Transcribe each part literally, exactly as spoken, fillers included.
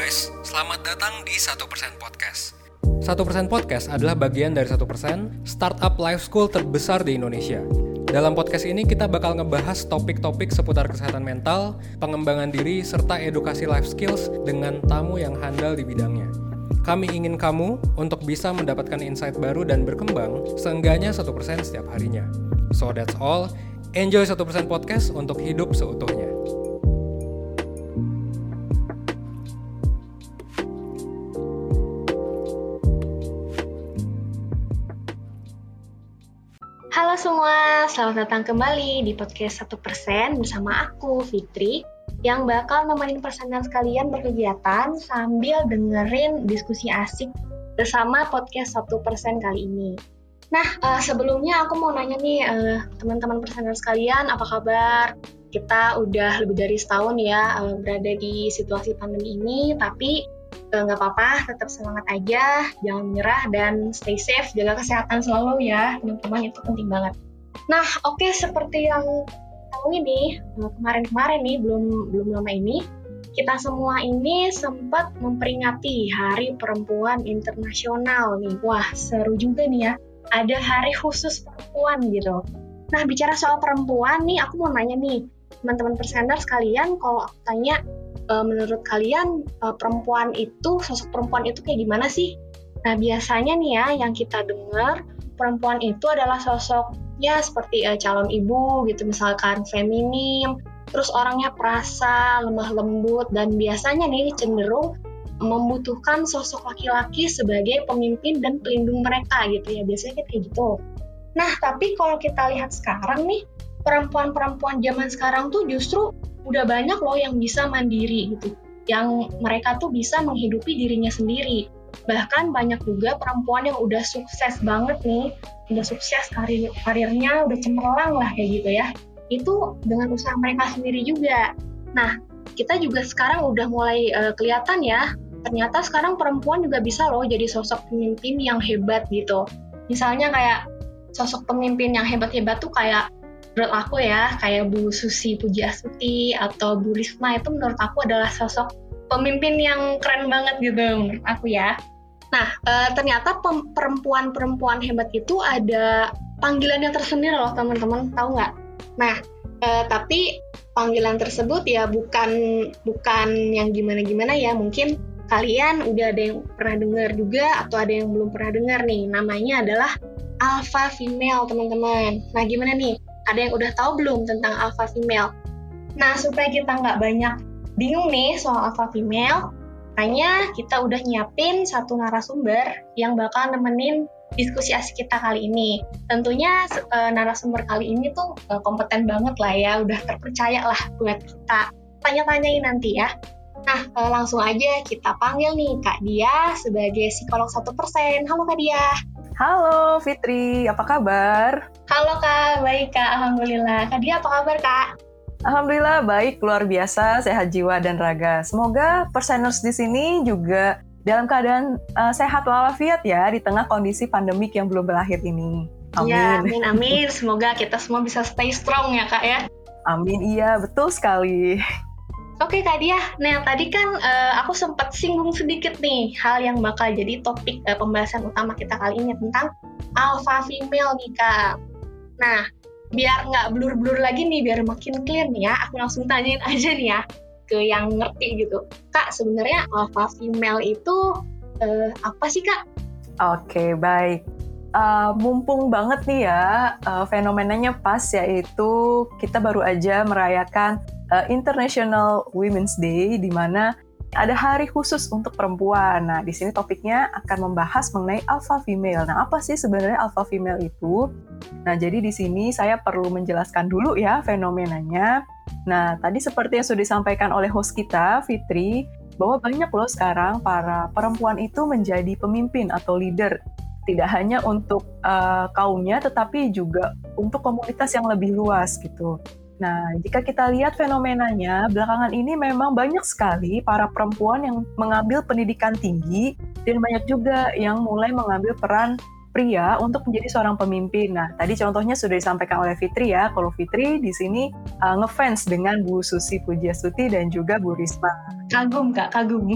guys, selamat datang di satu persen Podcast. satu persen Podcast adalah bagian dari satu persen startup life school terbesar di Indonesia. Dalam podcast ini kita bakal ngebahas topik-topik seputar kesehatan mental, pengembangan diri, serta edukasi life skills dengan tamu yang handal di bidangnya. Kami ingin kamu untuk bisa mendapatkan insight baru dan berkembang seenggaknya satu persen setiap harinya. So that's all, enjoy satu persen Podcast untuk hidup seutuhnya. Halo semua, selamat datang kembali di podcast satu persen bersama aku, Fitri, yang bakal nemenin personal sekalian berkegiatan sambil dengerin diskusi asik bersama podcast satu persen kali ini. Nah, uh, sebelumnya aku mau nanya nih, uh, teman-teman personal sekalian, apa kabar? Kita udah lebih dari setahun ya uh, berada di situasi pandemi ini, tapi nggak apa-apa, tetap semangat aja, jangan menyerah, dan stay safe, jaga kesehatan selalu ya, teman-teman, itu penting banget. Nah, oke, okay, seperti yang tahu ini, kemarin-kemarin nih, belum belum lama ini, kita semua ini sempat memperingati Hari Perempuan Internasional nih. Wah, seru juga nih ya, ada hari khusus perempuan gitu. Nah, bicara soal perempuan nih, aku mau nanya nih, teman-teman presenter sekalian, kalau aku tanya, menurut kalian perempuan itu, sosok perempuan itu kayak gimana sih? Nah, biasanya nih ya yang kita dengar, perempuan itu adalah sosok ya seperti uh, calon ibu gitu, misalkan feminim, terus orangnya perasa, lemah lembut, dan biasanya nih cenderung membutuhkan sosok laki-laki sebagai pemimpin dan pelindung mereka gitu ya, biasanya kayak gitu. Nah, tapi kalau kita lihat sekarang nih, perempuan-perempuan zaman sekarang tuh justru udah banyak loh yang bisa mandiri gitu, yang mereka tuh bisa menghidupi dirinya sendiri. Bahkan banyak juga perempuan yang udah sukses banget nih, udah sukses karir karirnya, udah cemerlang lah kayak gitu ya. Itu dengan usaha mereka sendiri juga. Nah, kita juga sekarang udah mulai uh, kelihatan ya, ternyata sekarang perempuan juga bisa loh jadi sosok pemimpin yang hebat gitu. Misalnya kayak sosok pemimpin yang hebat-hebat tuh kayak menurut aku ya, kayak Bu Susi Pujiastuti atau Bu Risma, itu menurut aku adalah sosok pemimpin yang keren banget gitu menurut aku ya. Nah, e, ternyata pem- perempuan-perempuan hebat itu ada panggilannya tersendiri loh teman-teman, tahu nggak? Nah, e, tapi panggilan tersebut ya bukan bukan yang gimana-gimana ya, mungkin kalian udah ada yang pernah dengar juga atau ada yang belum pernah dengar nih, namanya adalah alpha female teman-teman. Nah, gimana nih? Ada yang udah tahu belum tentang alpha female? Nah, supaya kita nggak banyak bingung nih soal alpha female, makanya kita udah nyiapin satu narasumber yang bakal nemenin diskusi asik kita kali ini. Tentunya e, narasumber kali ini tuh e, kompeten banget lah ya, udah terpercaya lah buat kita tanya-tanyain nanti ya. Nah, e, langsung aja kita panggil nih Kak Dia sebagai psikolog satu persen. Halo Kak Dia. Halo Fitri, apa kabar? Halo Kak, baik Kak, Alhamdulillah. Kak Dia apa kabar Kak? Alhamdulillah baik, luar biasa, sehat jiwa dan raga. Semoga perseners di sini juga dalam keadaan uh, sehat walafiat ya di tengah kondisi pandemik yang belum berakhir ini. Amin. Ya, amin, amin. Semoga kita semua bisa stay strong ya Kak ya. Amin, iya betul sekali. Oke Kak Dia, nah tadi kan uh, aku sempat singgung sedikit nih hal yang bakal jadi topik uh, pembahasan utama kita kali ini tentang alpha female nih Kak. Nah, biar nggak blur-blur lagi nih, biar makin clear nih ya, aku langsung tanyain aja nih ya ke yang ngerti gitu. Kak, sebenarnya alpha female itu uh, apa sih Kak? Oke, baik. Uh, mumpung banget nih ya, uh, fenomenanya pas, yaitu kita baru aja merayakan Uh, International Women's Day, di mana ada hari khusus untuk perempuan. Nah, di sini topiknya akan membahas mengenai alpha female. Nah, apa sih sebenarnya alpha female itu? Nah, jadi di sini saya perlu menjelaskan dulu ya fenomenanya. Nah, tadi seperti yang sudah disampaikan oleh host kita, Fitri, bahwa banyak loh sekarang para perempuan itu menjadi pemimpin atau leader. Tidak hanya untuk uh, kaumnya, tetapi juga untuk komunitas yang lebih luas gitu. Nah, jika kita lihat fenomenanya, belakangan ini memang banyak sekali para perempuan yang mengambil pendidikan tinggi dan banyak juga yang mulai mengambil peran pria untuk menjadi seorang pemimpin. Nah, tadi contohnya sudah disampaikan oleh Fitri ya. Kalau Fitri di sini uh, ngefans dengan Bu Susi Pujiastuti dan juga Bu Risma. Kagum Kak, kagum.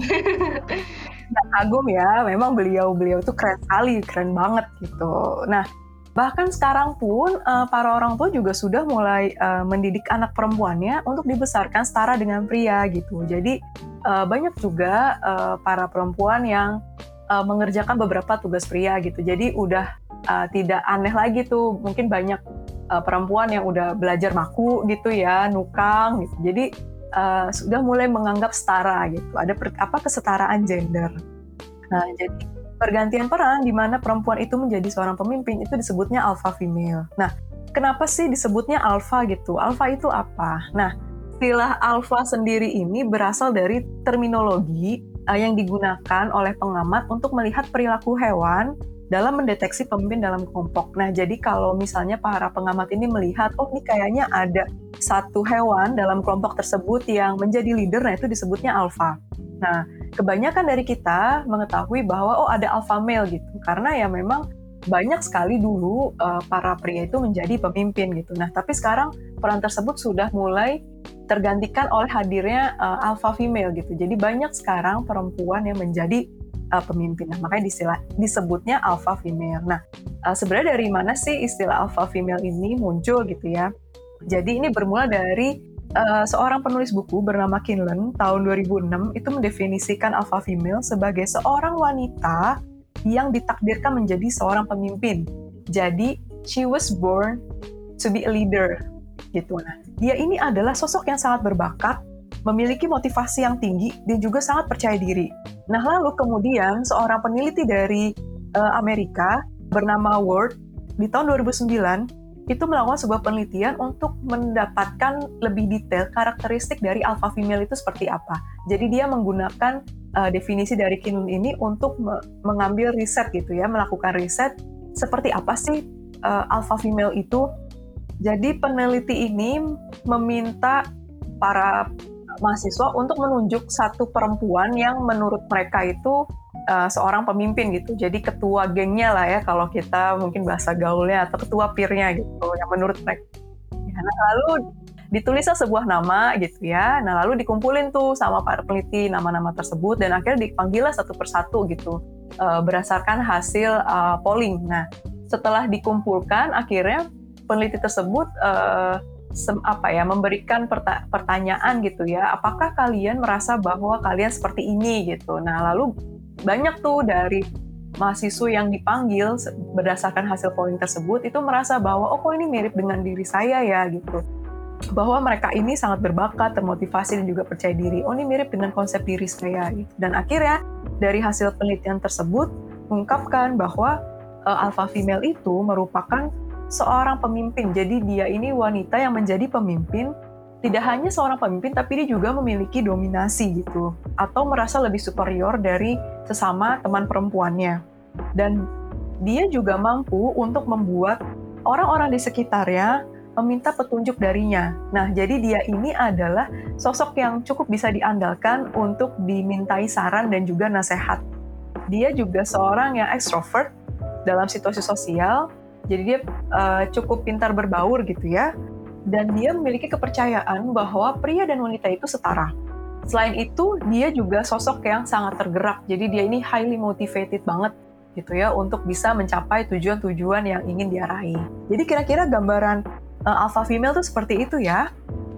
Nah, kagum ya, memang beliau-beliau tuh keren sekali, keren banget gitu. Nah, bahkan sekarang pun uh, para orang tua juga sudah mulai uh, mendidik anak perempuannya untuk dibesarkan setara dengan pria gitu. Jadi uh, banyak juga uh, para perempuan yang uh, mengerjakan beberapa tugas pria gitu. Jadi udah uh, tidak aneh lagi tuh, mungkin banyak uh, perempuan yang udah belajar maku gitu ya, nukang gitu. Jadi uh, sudah mulai menganggap setara gitu. Ada per, apa kesetaraan gender. Nah, jadi pergantian peran di mana perempuan itu menjadi seorang pemimpin itu disebutnya alpha female. Nah, kenapa sih disebutnya alpha gitu? Alpha itu apa? Nah, istilah alpha sendiri ini berasal dari terminologi uh, yang digunakan oleh pengamat untuk melihat perilaku hewan dalam mendeteksi pemimpin dalam kelompok. Nah, jadi kalau misalnya para pengamat ini melihat, oh ini kayaknya ada satu hewan dalam kelompok tersebut yang menjadi leader, nah itu disebutnya alpha. Nah, kebanyakan dari kita mengetahui bahwa oh ada alpha male gitu, karena ya memang banyak sekali dulu uh, para pria itu menjadi pemimpin gitu. Nah, tapi sekarang peran tersebut sudah mulai tergantikan oleh hadirnya uh, alpha female gitu. Jadi banyak sekarang perempuan yang menjadi uh, pemimpin. Nah, makanya istilah disebutnya alpha female. Nah, uh, sebenarnya dari mana sih istilah alpha female ini muncul gitu ya? Jadi ini bermula dari Uh, seorang penulis buku bernama Kinlan tahun dua ribu enam itu mendefinisikan alpha female sebagai seorang wanita yang ditakdirkan menjadi seorang pemimpin. Jadi, she was born to be a leader. Gitu. Nah, dia ini adalah sosok yang sangat berbakat, memiliki motivasi yang tinggi, dan juga sangat percaya diri. Nah, lalu kemudian seorang peneliti dari uh, Amerika bernama Ward di tahun dua ribu sembilan itu melakukan sebuah penelitian untuk mendapatkan lebih detail karakteristik dari alpha female itu seperti apa. Jadi dia menggunakan uh, definisi dari Kinlan ini untuk me- mengambil riset gitu ya, melakukan riset seperti apa sih uh, alpha female itu. Jadi peneliti ini meminta para mahasiswa untuk menunjuk satu perempuan yang menurut mereka itu Uh, seorang pemimpin gitu, jadi ketua gengnya lah ya kalau kita mungkin bahasa gaulnya, atau ketua peernya gitu yang menurut mereka. Ya, nah, lalu ditulislah sebuah nama gitu ya, nah lalu dikumpulin tuh sama para peneliti nama-nama tersebut dan akhirnya dipanggillah satu persatu gitu uh, berdasarkan hasil uh, polling. Nah setelah dikumpulkan akhirnya peneliti tersebut uh, sem- apa ya memberikan perta- pertanyaan gitu ya, apakah kalian merasa bahwa kalian seperti ini gitu. Nah lalu banyak tuh dari mahasiswa yang dipanggil berdasarkan hasil polling tersebut itu merasa bahwa oh kok ini mirip dengan diri saya ya gitu, bahwa mereka ini sangat berbakat, termotivasi dan juga percaya diri. Oh ini mirip dengan konsep diri saya gitu. Dan akhirnya dari hasil penelitian tersebut mengungkapkan bahwa uh, alpha female itu merupakan seorang pemimpin. Jadi dia ini wanita yang menjadi pemimpin. Tidak hanya seorang pemimpin, tapi dia juga memiliki dominasi gitu, atau merasa lebih superior dari sesama teman perempuannya. Dan dia juga mampu untuk membuat orang-orang di sekitarnya meminta petunjuk darinya. Nah, jadi dia ini adalah sosok yang cukup bisa diandalkan untuk dimintai saran dan juga nasihat. Dia juga seorang yang ekstrovert dalam situasi sosial, jadi dia uh, cukup pintar berbaur gitu ya. Dan dia memiliki kepercayaan bahwa pria dan wanita itu setara. Selain itu, dia juga sosok yang sangat tergerak. Jadi dia ini highly motivated banget gitu ya untuk bisa mencapai tujuan-tujuan yang ingin dia raih. Jadi kira-kira gambaran uh, alpha female itu seperti itu ya.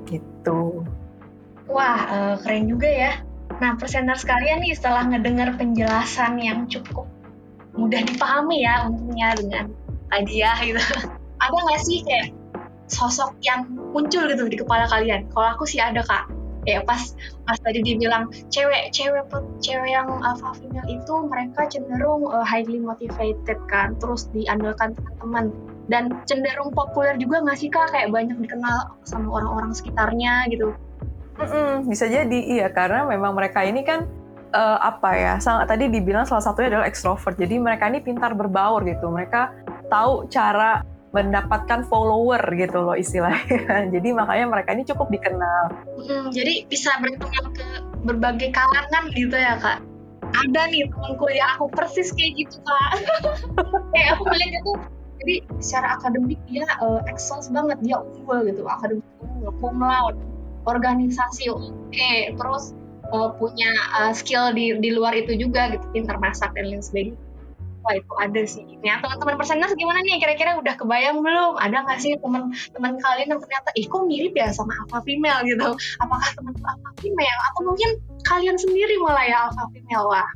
Gitu. Wah, uh, keren juga ya. Nah, presenter sekalian nih setelah ngedengar penjelasan yang cukup mudah dipahami ya untungnya dengan hadiah gitu. Ada nggak sih kayak sosok yang muncul gitu di kepala kalian? Kalau aku sih ada Kak. Ya pas pas tadi dibilang cewek cewek cewek yang alpha female itu mereka cenderung uh, highly motivated kan, terus diandalkan teman-teman dan cenderung populer juga nggak sih Kak? Kayak banyak dikenal sama orang-orang sekitarnya gitu. Mm-mm, bisa jadi iya karena memang mereka ini kan uh, apa ya? Sangat tadi dibilang salah satunya adalah extrovert. Jadi mereka ini pintar berbaur gitu. Mereka tahu cara mendapatkan follower gitu loh istilahnya. Jadi makanya mereka ini cukup dikenal. Hmm, jadi bisa berteman ke berbagai kalangan gitu ya Kak. ada nih teman kuliah aku persis kayak gitu kak. Kayak aku melihat dia tuh, jadi secara akademik dia uh, excellence banget, dia unggul gitu, akademik unggul, cum laude, organisasi oke, okay. Terus uh, punya uh, skill di di luar itu juga gitu, pintar masak dan lain sebagainya. Wah itu ada sih. Nah teman-teman perseners gimana nih? Kira-kira udah kebayang belum? Ada nggak sih teman-teman kalian yang ternyata, ih kok mirip ya sama alpha female gitu? Apakah teman-teman alpha female? Atau mungkin kalian sendiri malah ya alpha female? Wah.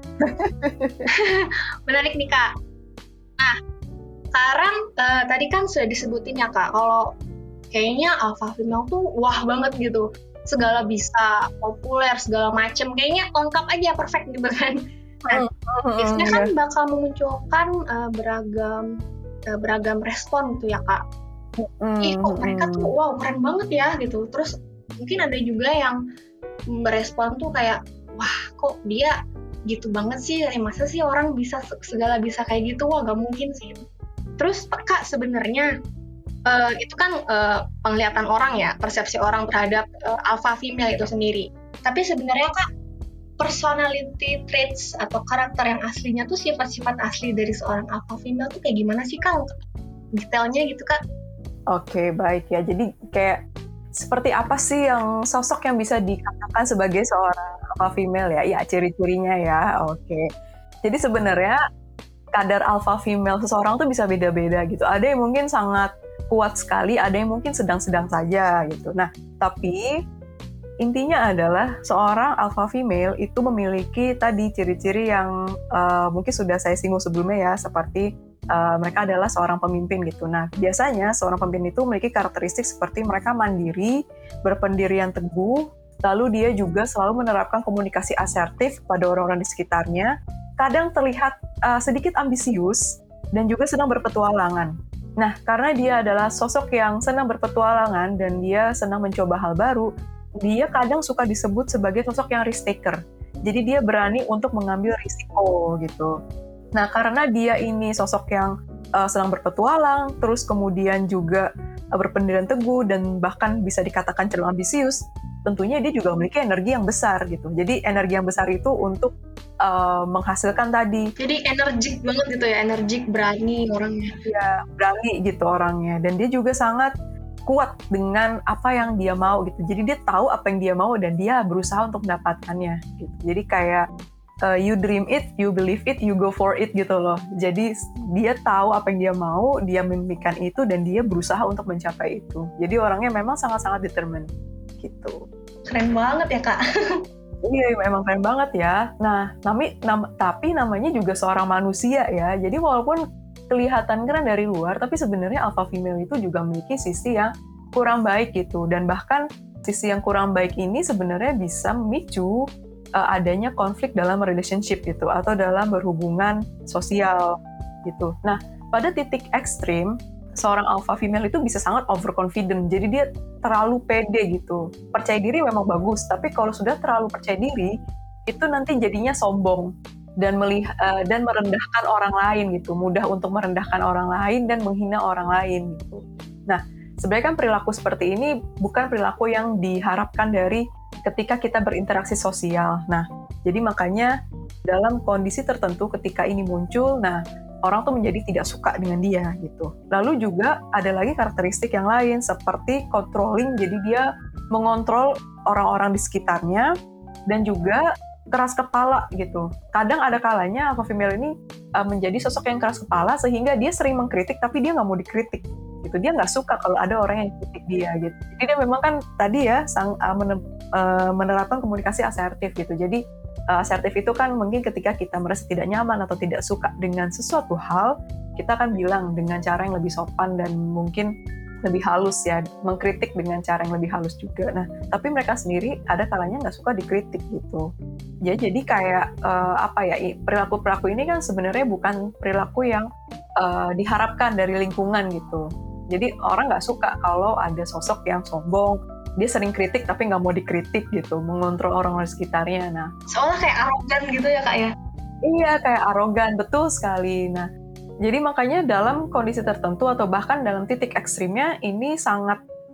Menarik nih kak. Nah sekarang uh, tadi kan sudah disebutin ya kak, kalau kayaknya alpha female tuh wah banget gitu. Segala bisa, populer, segala macem. Kayaknya lengkap aja, perfect gitu kan. Nah, biasanya kan bakal memunculkan uh, beragam uh, beragam respon gitu ya kak. Ih kok mereka tuh wow keren banget ya gitu. Terus mungkin ada juga yang merespon tuh kayak wah kok dia gitu banget sih. Masa sih orang bisa segala bisa kayak gitu? Wah gak mungkin sih. Terus kak sebenarnya uh, itu kan uh, penglihatan orang ya, persepsi orang terhadap uh, alpha female itu sendiri. Tapi sebenarnya kak, personality traits atau karakter yang aslinya tuh sifat-sifat asli dari seorang alpha female tuh kayak gimana sih kak? Detailnya gitu kak? Oke baik ya, jadi kayak seperti apa sih yang sosok yang bisa dikatakan sebagai seorang alpha female ya? Ya ciri-cirinya ya, oke. Jadi sebenarnya kadar alpha female seseorang tuh bisa beda-beda gitu. Ada yang mungkin sangat kuat sekali, ada yang mungkin sedang-sedang saja gitu. Nah tapi intinya adalah seorang alpha female itu memiliki tadi ciri-ciri yang uh, mungkin sudah saya singgung sebelumnya ya, seperti uh, mereka adalah seorang pemimpin gitu. Nah, biasanya seorang pemimpin itu memiliki karakteristik seperti mereka mandiri, berpendirian teguh, lalu dia juga selalu menerapkan komunikasi asertif pada orang-orang di sekitarnya, kadang terlihat uh, sedikit ambisius, dan juga senang berpetualangan. Nah, karena dia adalah sosok yang senang berpetualangan dan dia senang mencoba hal baru, dia kadang suka disebut sebagai sosok yang risk taker. Jadi dia berani untuk mengambil risiko gitu. Nah karena dia ini sosok yang uh, senang berpetualang, terus kemudian juga uh, berpendirian teguh dan bahkan bisa dikatakan cenderung ambisius, tentunya dia juga memiliki energi yang besar gitu. Jadi energi yang besar itu untuk uh, menghasilkan tadi. Jadi energik banget gitu ya, energik, berani orangnya. Ya berani gitu orangnya. Dan dia juga sangat kuat dengan apa yang dia mau gitu. Jadi dia tahu apa yang dia mau dan dia berusaha untuk mendapatkannya gitu. Jadi kayak uh, you dream it, you believe it, you go for it gitu loh. Jadi dia tahu apa yang dia mau, dia memimpikan itu dan dia berusaha untuk mencapai itu. Jadi orangnya memang sangat-sangat determined gitu. Keren banget ya kak. Iya memang keren banget ya. Nah nami, nam, tapi namanya juga seorang manusia ya. Jadi walaupun kelihatan keren dari luar, tapi sebenarnya alpha female itu juga memiliki sisi yang kurang baik gitu. Dan bahkan sisi yang kurang baik ini sebenarnya bisa memicu uh, adanya konflik dalam relationship gitu, atau dalam berhubungan sosial gitu. Nah, pada titik ekstrim, seorang alpha female itu bisa sangat overconfident. Jadi dia terlalu pede gitu. Percaya diri memang bagus, tapi kalau sudah terlalu percaya diri, itu nanti jadinya sombong. Dan melihat uh, dan merendahkan orang lain gitu, mudah untuk merendahkan orang lain dan menghina orang lain gitu. Nah, sebenarnya kan perilaku seperti ini bukan perilaku yang diharapkan dari ketika kita berinteraksi sosial. Nah, jadi makanya dalam kondisi tertentu ketika ini muncul, nah orang tuh menjadi tidak suka dengan dia gitu. Lalu juga ada lagi karakteristik yang lain seperti controlling, jadi dia mengontrol orang-orang di sekitarnya dan juga keras kepala gitu. Kadang ada kalanya alpha female ini uh, menjadi sosok yang keras kepala sehingga dia sering mengkritik tapi dia nggak mau dikritik gitu. Dia nggak suka kalau ada orang yang kritik dia gitu. Jadi dia memang kan tadi ya sang, uh, men- uh, menerapkan komunikasi asertif gitu. Jadi uh, asertif itu kan mungkin ketika kita merasa tidak nyaman atau tidak suka dengan sesuatu hal, kita akan bilang dengan cara yang lebih sopan dan mungkin lebih halus ya, mengkritik dengan cara yang lebih halus juga. Nah, tapi mereka sendiri ada kalanya nggak suka dikritik gitu. Ya, jadi kayak uh, apa ya, perilaku-perilaku ini kan sebenarnya bukan perilaku yang uh, diharapkan dari lingkungan gitu. Jadi orang nggak suka kalau ada sosok yang sombong, dia sering kritik tapi nggak mau dikritik gitu, mengontrol orang-orang sekitarnya. Nah, soalnya kayak arogan gitu ya kak ya? Iya, kayak arogan, betul sekali. Nah, jadi makanya dalam kondisi tertentu atau bahkan dalam titik ekstrimnya ini sangat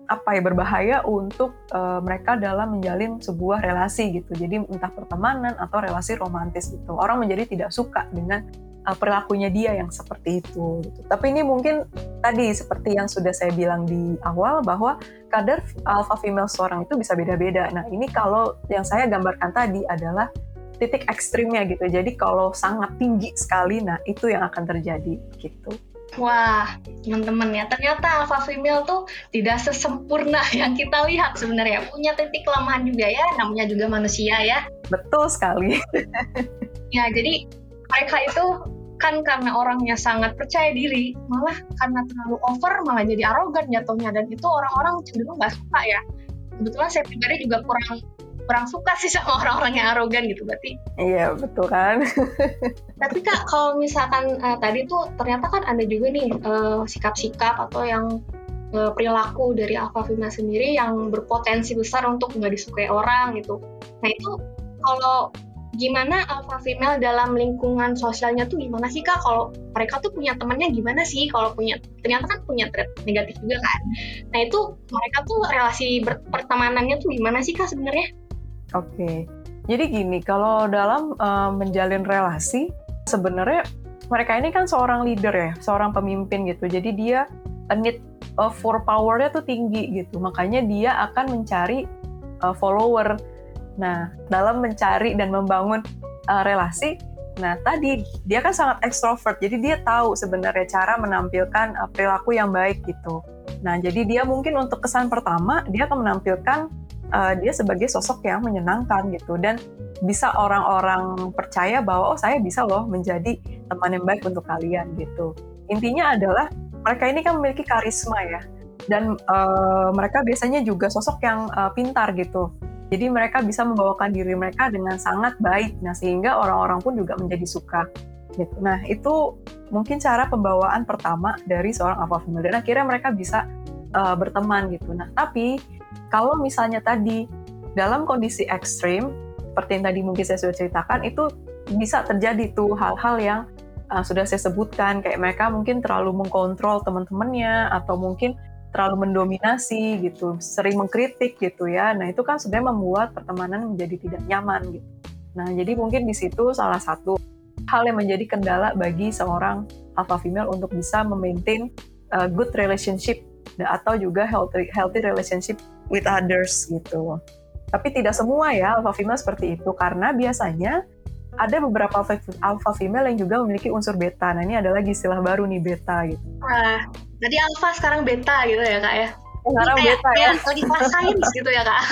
apa ya berbahaya untuk uh, mereka dalam menjalin sebuah relasi gitu. Jadi entah pertemanan atau relasi romantis gitu. Orang menjadi tidak suka dengan uh, perilakunya dia yang seperti itu. Gitu. Tapi ini mungkin tadi seperti yang sudah saya bilang di awal bahwa kadar alpha female seorang itu bisa beda-beda. Nah ini kalau yang saya gambarkan tadi adalah titik ekstrimnya gitu. Jadi kalau sangat tinggi sekali, nah itu yang akan terjadi gitu. Wah, teman-teman ya, ternyata alpha female tuh tidak sesempurna yang kita lihat sebenarnya. Punya titik kelemahan juga ya, namanya juga manusia ya. Betul sekali. Ya, jadi mereka itu kan karena orangnya sangat percaya diri, malah karena terlalu over, malah jadi arogan jatuhnya. Dan itu orang-orang cenderung nggak suka ya. Kebetulan saya pribadi juga kurang kurang suka sih sama orang-orang yang arogan gitu berarti. Iya, betul kan. Tapi Kak, kalau misalkan uh, tadi tuh ternyata kan ada juga nih uh, sikap-sikap atau yang uh, perilaku dari alpha female sendiri yang berpotensi besar untuk nggak disukai orang gitu. Nah itu kalau gimana alpha female dalam lingkungan sosialnya tuh gimana sih Kak? Kalau mereka tuh punya temannya gimana sih? Kalau punya, ternyata kan punya trait negatif juga kan. Nah itu mereka tuh relasi ber- pertemanannya tuh gimana sih Kak sebenarnya? Oke, jadi gini, kalau dalam uh, menjalin relasi, sebenarnya mereka ini kan seorang leader ya, seorang pemimpin gitu. Jadi dia uh, need uh, for power-nya tuh tinggi gitu. Makanya dia akan mencari uh, follower. Nah, dalam mencari dan membangun uh, relasi, nah tadi dia kan sangat ekstrovert. Jadi dia tahu sebenarnya cara menampilkan uh, perilaku yang baik gitu. Nah, jadi dia mungkin untuk kesan pertama, dia akan menampilkan Uh, dia sebagai sosok yang menyenangkan gitu dan bisa orang-orang percaya bahwa oh saya bisa loh menjadi teman yang baik untuk kalian gitu. Intinya adalah mereka ini kan memiliki karisma ya dan uh, mereka biasanya juga sosok yang uh, pintar gitu. Jadi mereka bisa membawakan diri mereka dengan sangat baik, nah sehingga orang-orang pun juga menjadi suka gitu. Nah itu mungkin cara pembawaan pertama dari seorang alpha female dan akhirnya mereka bisa uh, berteman gitu. Nah tapi kalau misalnya tadi dalam kondisi ekstrim, seperti yang tadi mungkin saya sudah ceritakan, itu bisa terjadi tuh hal-hal yang uh, sudah saya sebutkan, kayak mereka mungkin terlalu mengkontrol teman-temannya, atau mungkin terlalu mendominasi gitu, sering mengkritik gitu ya. Nah itu kan sebenarnya membuat pertemanan menjadi tidak nyaman gitu. Nah jadi mungkin di situ salah satu hal yang menjadi kendala bagi seorang alpha female untuk bisa memaintain uh, good relationship atau juga healthy, healthy relationship with others gitu. Tapi tidak semua ya alpha female seperti itu, karena biasanya ada beberapa alpha female yang juga memiliki unsur beta. Nah ini ada lagi istilah baru nih, beta gitu. Wah, jadi alpha sekarang beta gitu ya Kak ya? Sekarang kayak, beta ya? Kayak lagi kelas sains gitu ya Kak?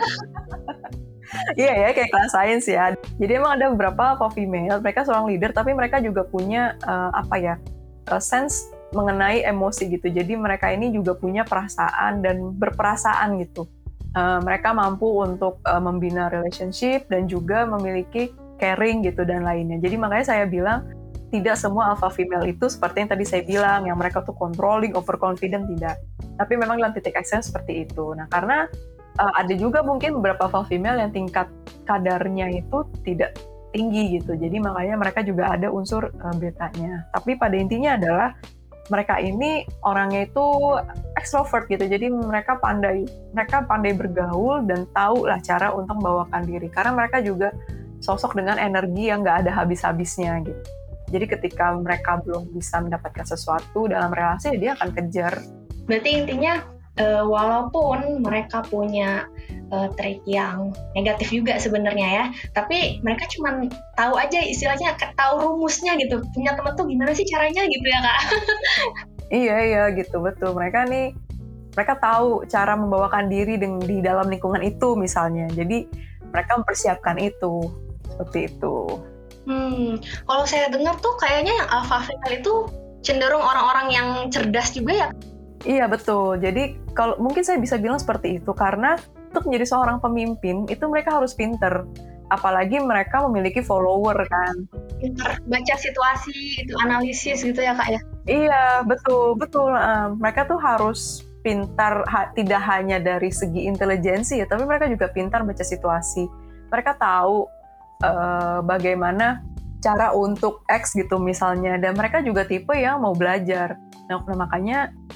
Iya ya, kayak kelas sains ya. Jadi emang ada beberapa alpha female, mereka seorang leader, tapi mereka juga punya uh, apa ya, uh, sense mengenai emosi gitu. Jadi mereka ini juga punya perasaan dan berperasaan gitu. Uh, mereka mampu untuk uh, membina relationship dan juga memiliki caring gitu dan lainnya. Jadi makanya saya bilang tidak semua alpha female itu seperti yang tadi saya bilang, yang mereka tuh controlling, overconfident, tidak. Tapi memang dalam titik ekstrim seperti itu. Nah karena uh, ada juga mungkin beberapa alpha female yang tingkat kadarnya itu tidak tinggi gitu. Jadi makanya mereka juga ada unsur uh, betanya. Tapi pada intinya adalah mereka ini orangnya itu extrovert gitu, jadi mereka pandai mereka pandai bergaul dan tahu lah cara untuk membawakan diri, karena mereka juga sosok dengan energi yang nggak ada habis-habisnya gitu. Jadi ketika mereka belum bisa mendapatkan sesuatu dalam relasi, dia akan kejar. Berarti intinya uh, walaupun mereka punya uh, trait yang negatif juga sebenarnya ya, tapi mereka cuma tahu aja istilahnya, tahu rumusnya gitu. Punya teman tuh gimana sih caranya gitu ya Kak? Iya iya gitu, betul. Mereka nih mereka tahu cara membawakan diri di dalam lingkungan itu misalnya. Jadi mereka mempersiapkan itu seperti itu. Hmm, kalau saya dengar tuh kayaknya yang alpha female itu cenderung orang-orang yang cerdas juga ya. Iya betul. Jadi kalau mungkin saya bisa bilang seperti itu karena untuk menjadi seorang pemimpin itu mereka harus pinter. Apalagi mereka memiliki follower kan. Pinter baca situasi, itu analisis gitu ya Kak ya. Iya betul betul. Uh, mereka tuh harus pintar ha, tidak hanya dari segi intelijensi ya, tapi mereka juga pintar baca situasi. Mereka tahu uh, bagaimana cara untuk X gitu misalnya, dan mereka juga tipe yang mau belajar. Nah, makanya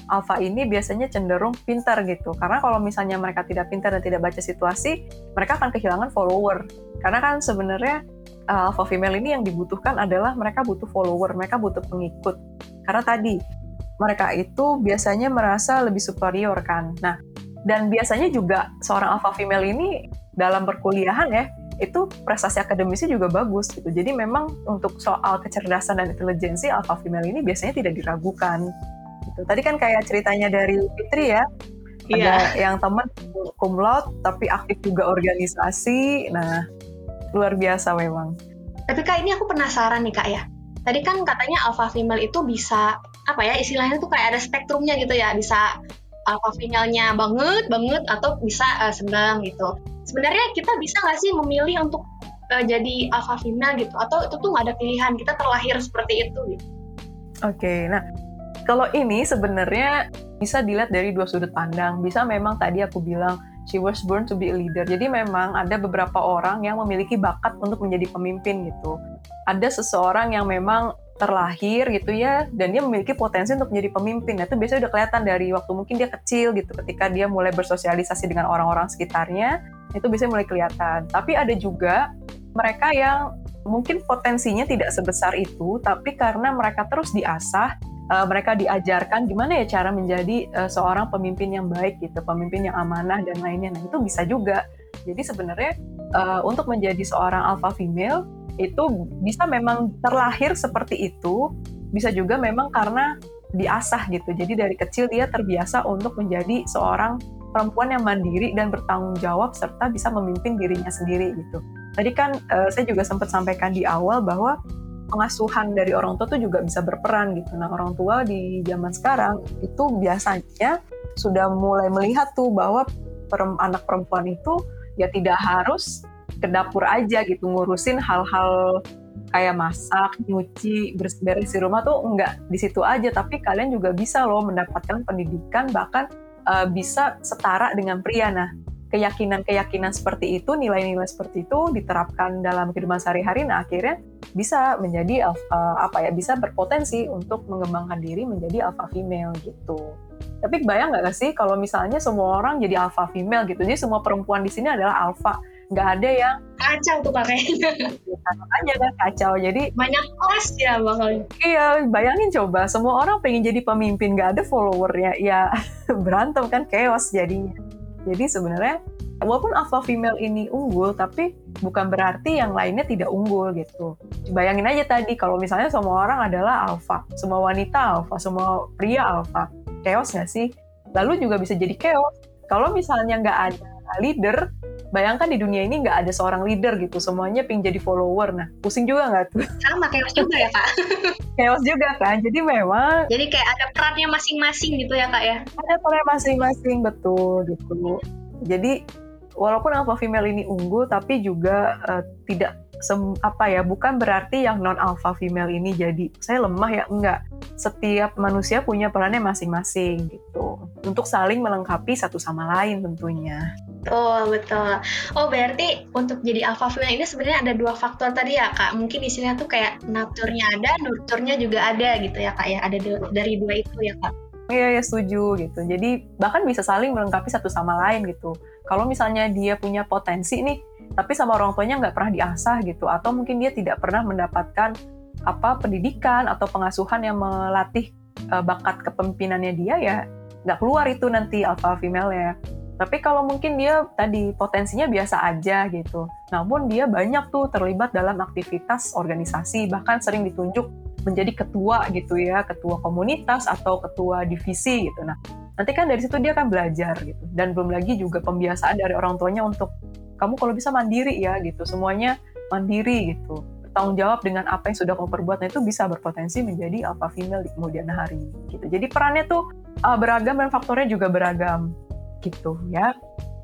alpha ini biasanya cenderung pintar gitu. Karena kalau misalnya mereka tidak pintar dan tidak baca situasi, mereka akan kehilangan follower. Karena kan sebenarnya uh, alpha female ini yang dibutuhkan adalah mereka butuh follower, mereka butuh pengikut. Karena tadi mereka itu biasanya merasa lebih superior kan. Nah, dan biasanya juga seorang alpha female ini dalam perkuliahan ya, itu prestasi akademisnya juga bagus gitu. Jadi memang untuk soal kecerdasan dan intelijensi alpha female ini biasanya tidak diragukan. Gitu. Tadi kan kayak ceritanya dari Fitri ya, ada yeah. yang temen cum laude tapi aktif juga organisasi. Nah, luar biasa memang. Tapi Kak, ini aku penasaran nih Kak ya. Tadi kan katanya alpha female itu bisa apa ya, istilahnya tuh kayak ada spektrumnya gitu ya, bisa alpha female-nya banget banget atau bisa uh, sedang gitu. Sebenarnya kita bisa nggak sih memilih untuk uh, jadi alpha female gitu, atau itu tuh nggak ada pilihan, kita terlahir seperti itu gitu? Oke, okay, nah kalau ini sebenarnya bisa dilihat dari dua sudut pandang. Bisa memang tadi aku bilang she was born to be a leader. Jadi memang ada beberapa orang yang memiliki bakat untuk menjadi pemimpin gitu. Ada seseorang yang memang terlahir gitu ya, dan dia memiliki potensi untuk menjadi pemimpin. Nah, itu biasanya udah kelihatan dari waktu mungkin dia kecil gitu, ketika dia mulai bersosialisasi dengan orang-orang sekitarnya, itu biasanya mulai kelihatan. Tapi ada juga mereka yang mungkin potensinya tidak sebesar itu, tapi karena mereka terus diasah, uh, mereka diajarkan gimana ya cara menjadi uh, seorang pemimpin yang baik gitu, pemimpin yang amanah dan lainnya. Nah, itu bisa juga. Jadi sebenarnya uh, untuk menjadi seorang alpha female itu bisa memang terlahir seperti itu, bisa juga memang karena diasah gitu. Jadi dari kecil dia terbiasa untuk menjadi seorang perempuan yang mandiri dan bertanggung jawab serta bisa memimpin dirinya sendiri gitu. Tadi kan uh, saya juga sempat sampaikan di awal bahwa pengasuhan dari orang tua tuh juga bisa berperan gitu. Nah, orang tua di zaman sekarang itu biasanya sudah mulai melihat tuh bahwa per- anak perempuan itu ya tidak harus ke dapur aja gitu, ngurusin hal-hal kayak masak, nyuci, beres-beres di rumah tuh enggak di situ aja, tapi kalian juga bisa loh mendapatkan pendidikan, bahkan uh, bisa setara dengan pria. Nah, keyakinan-keyakinan seperti itu, nilai-nilai seperti itu diterapkan dalam kehidupan sehari-hari, nah akhirnya bisa menjadi uh, apa ya, bisa berpotensi untuk mengembangkan diri menjadi alpha female gitu. Tapi bayang nggak sih kalau misalnya semua orang jadi alpha female gitu, jadi semua perempuan di sini adalah alpha, nggak ada yang kacau tuh pakainya. Makanya kan kacau, jadi banyak kelas ya bakal. Iya, bayangin coba semua orang pengen jadi pemimpin, nggak ada followernya, ya berantem kan, chaos jadinya. Jadi sebenarnya walaupun alpha female ini unggul, tapi bukan berarti yang lainnya tidak unggul gitu. Bayangin aja tadi kalau misalnya semua orang adalah alpha, semua wanita alpha, semua pria alpha, chaos nggak sih? Lalu juga bisa jadi chaos kalau misalnya nggak ada leader. Bayangkan di dunia ini nggak ada seorang leader gitu, semuanya pengen jadi follower. Nah, pusing juga nggak tuh? Sama, chaos juga ya Kak? Chaos juga kan, jadi memang... Jadi kayak ada perannya masing-masing gitu ya Kak ya? Ada perannya masing-masing, betul gitu. Jadi, walaupun alpha female ini unggul, tapi juga uh, tidak, sem- apa ya, bukan berarti yang non-alpha female ini jadi, saya lemah ya, enggak. Setiap manusia punya perannya masing-masing gitu, untuk saling melengkapi satu sama lain tentunya. Oh betul. Oh berarti untuk jadi alpha female ini sebenarnya ada dua faktor tadi ya Kak. Mungkin istilahnya tuh kayak naturnya ada, nurturnya juga ada gitu ya Kak ya. Ada du- dari dua itu ya Kak. Iya ya, setuju gitu. Jadi bahkan bisa saling melengkapi satu sama lain gitu. Kalau misalnya dia punya potensi nih, tapi sama orang tuanya nggak pernah diasah gitu, atau mungkin dia tidak pernah mendapatkan apa pendidikan atau pengasuhan yang melatih uh, bakat kepemimpinannya dia, ya nggak keluar itu nanti alpha female ya. Tapi kalau mungkin dia tadi potensinya biasa aja gitu, namun dia banyak tuh terlibat dalam aktivitas organisasi, bahkan sering ditunjuk menjadi ketua gitu ya, ketua komunitas atau ketua divisi gitu. Nah, nanti kan dari situ dia akan belajar gitu. Dan belum lagi juga pembiasaan dari orang tuanya untuk kamu kalau bisa mandiri ya gitu, semuanya mandiri gitu. Bertanggung jawab dengan apa yang sudah kamu perbuat, nah itu bisa berpotensi menjadi alpha female di kemudian hari gitu. Jadi perannya tuh uh, beragam dan faktornya juga beragam. Gitu ya.